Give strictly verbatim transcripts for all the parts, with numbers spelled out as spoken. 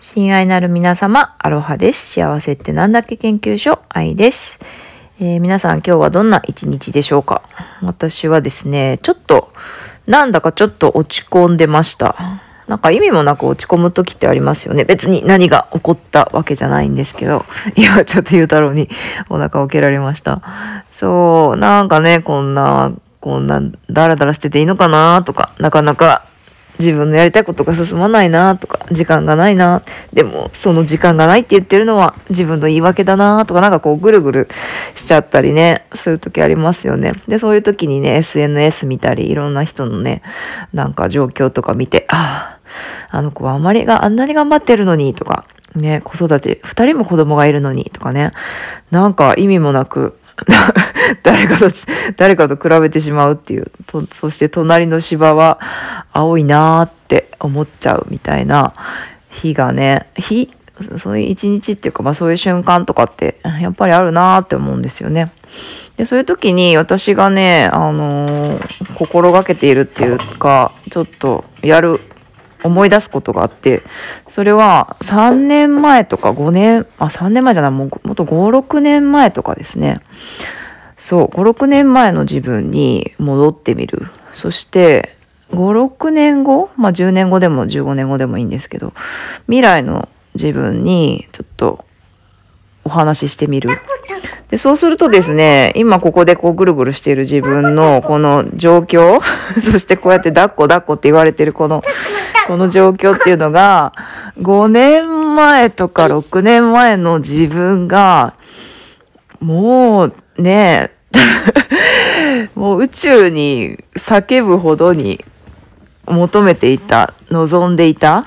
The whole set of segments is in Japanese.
親愛なる皆様、アロハです。幸せってなんだっけ研究所、愛です。えー、皆さん今日はどんな一日でしょうか？私はですね、ちょっと、なんだかちょっと落ち込んでました。なんか意味もなく落ち込む時ってありますよね。別に何が起こったわけじゃないんですけど、今ちょっとゆうたろうにお腹を蹴られました。そう、なんかね、こんな、こんなダラダラしてていいのかなとか、なかなか自分のやりたいことが進まないなとか、時間がないな。でも、その時間がないって言ってるのは自分の言い訳だなとか、なんかこうぐるぐるしちゃったりね、するときありますよね。で、そういうときにね、エスエヌエス 見たり、いろんな人のね、なんか状況とか見て、ああ、あの子はあまりが、あんなに頑張ってるのにとか、ね、子育て、二人も子供がいるのにとかね、なんか意味もなく、誰かと、誰かと比べてしまうっていう。と、そして隣の芝は青いなーって思っちゃうみたいな日がね、日、そういう一日っていうか、まあそういう瞬間とかってやっぱりあるなーって思うんですよね。で、そういう時に私がね、あのー、心がけているっていうか、ちょっとやる、思い出すことがあって、それはさんねんまえとかごねん、あ、さんねんまえじゃない、もうもっとご、ろくねんまえとかですね。そう、ご、ろくねんまえの自分に戻ってみる。そして、ご、ろくねんご、まあじゅうねんごでもじゅうごねんごでもいいんですけど、未来の自分にちょっとお話ししてみる。で、そうするとですね、今ここでこうぐるぐるしている自分のこの状況、そしてこうやって抱っこ抱っこって言われてるこの、この状況っていうのが、ごねんまえとかろくねんまえの自分が、もうね、もう宇宙に叫ぶほどに求めていた、望んでいた、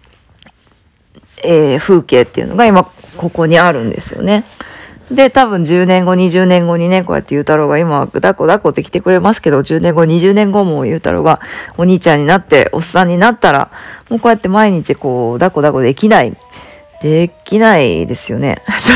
えー、風景っていうのが今ここにあるんですよね。で、多分じゅうねんご、にじゅうねんごにね、こうやってゆうたろうが今、抱っこ抱っこって来てくれますけど、じゅうねんご、にじゅうねんごもゆうたろうがお兄ちゃんになって、おっさんになったら、もうこうやって毎日こう、抱っこ抱っこできない。できないですよね。そう。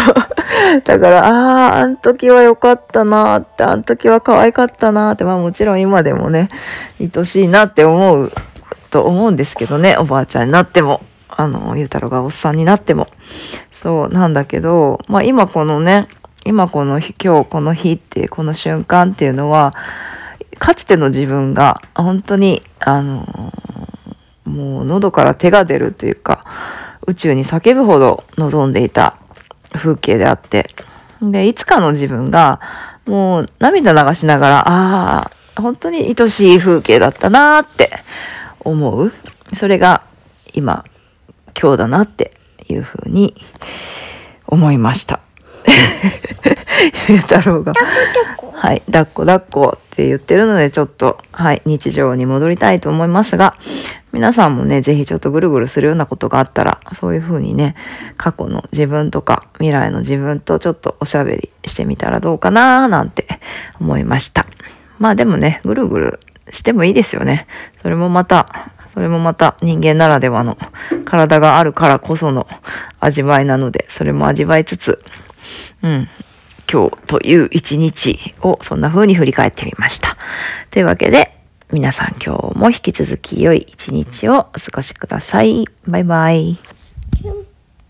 だから、ああ、あの時は良かったなーって、あの時は可愛かったなーって、まあもちろん今でもね、愛しいなって思うと思うんですけどね、おばあちゃんになっても、あの、ゆうたろうがおっさんになっても。そうなんだけど、まあ今このね、今この日、今日この日っていう、この瞬間っていうのは、かつての自分が本当に、あの、もう喉から手が出るというか、宇宙に叫ぶほど望んでいた風景であって、で、いつかの自分が、もう涙流しながら、ああ、本当に愛しい風景だったなーって思う。それが今、今日だなっていうふうに思いました。ゆうたろうが、はい、抱っこ抱っこって言ってるので、ちょっと、はい、日常に戻りたいと思いますが、皆さんもね、ぜひちょっとぐるぐるするようなことがあったら、そういうふうにね、過去の自分とか未来の自分とちょっとおしゃべりしてみたらどうかなーなんて思いました。まあでもね、ぐるぐるしてもいいですよね。それもまた、それもまた人間ならではの体があるからこその味わいなので、それも味わいつつ、うん、今日という一日をそんな風に振り返ってみました。というわけで、皆さん今日も引き続き良い一日をお過ごしください。バイバイ。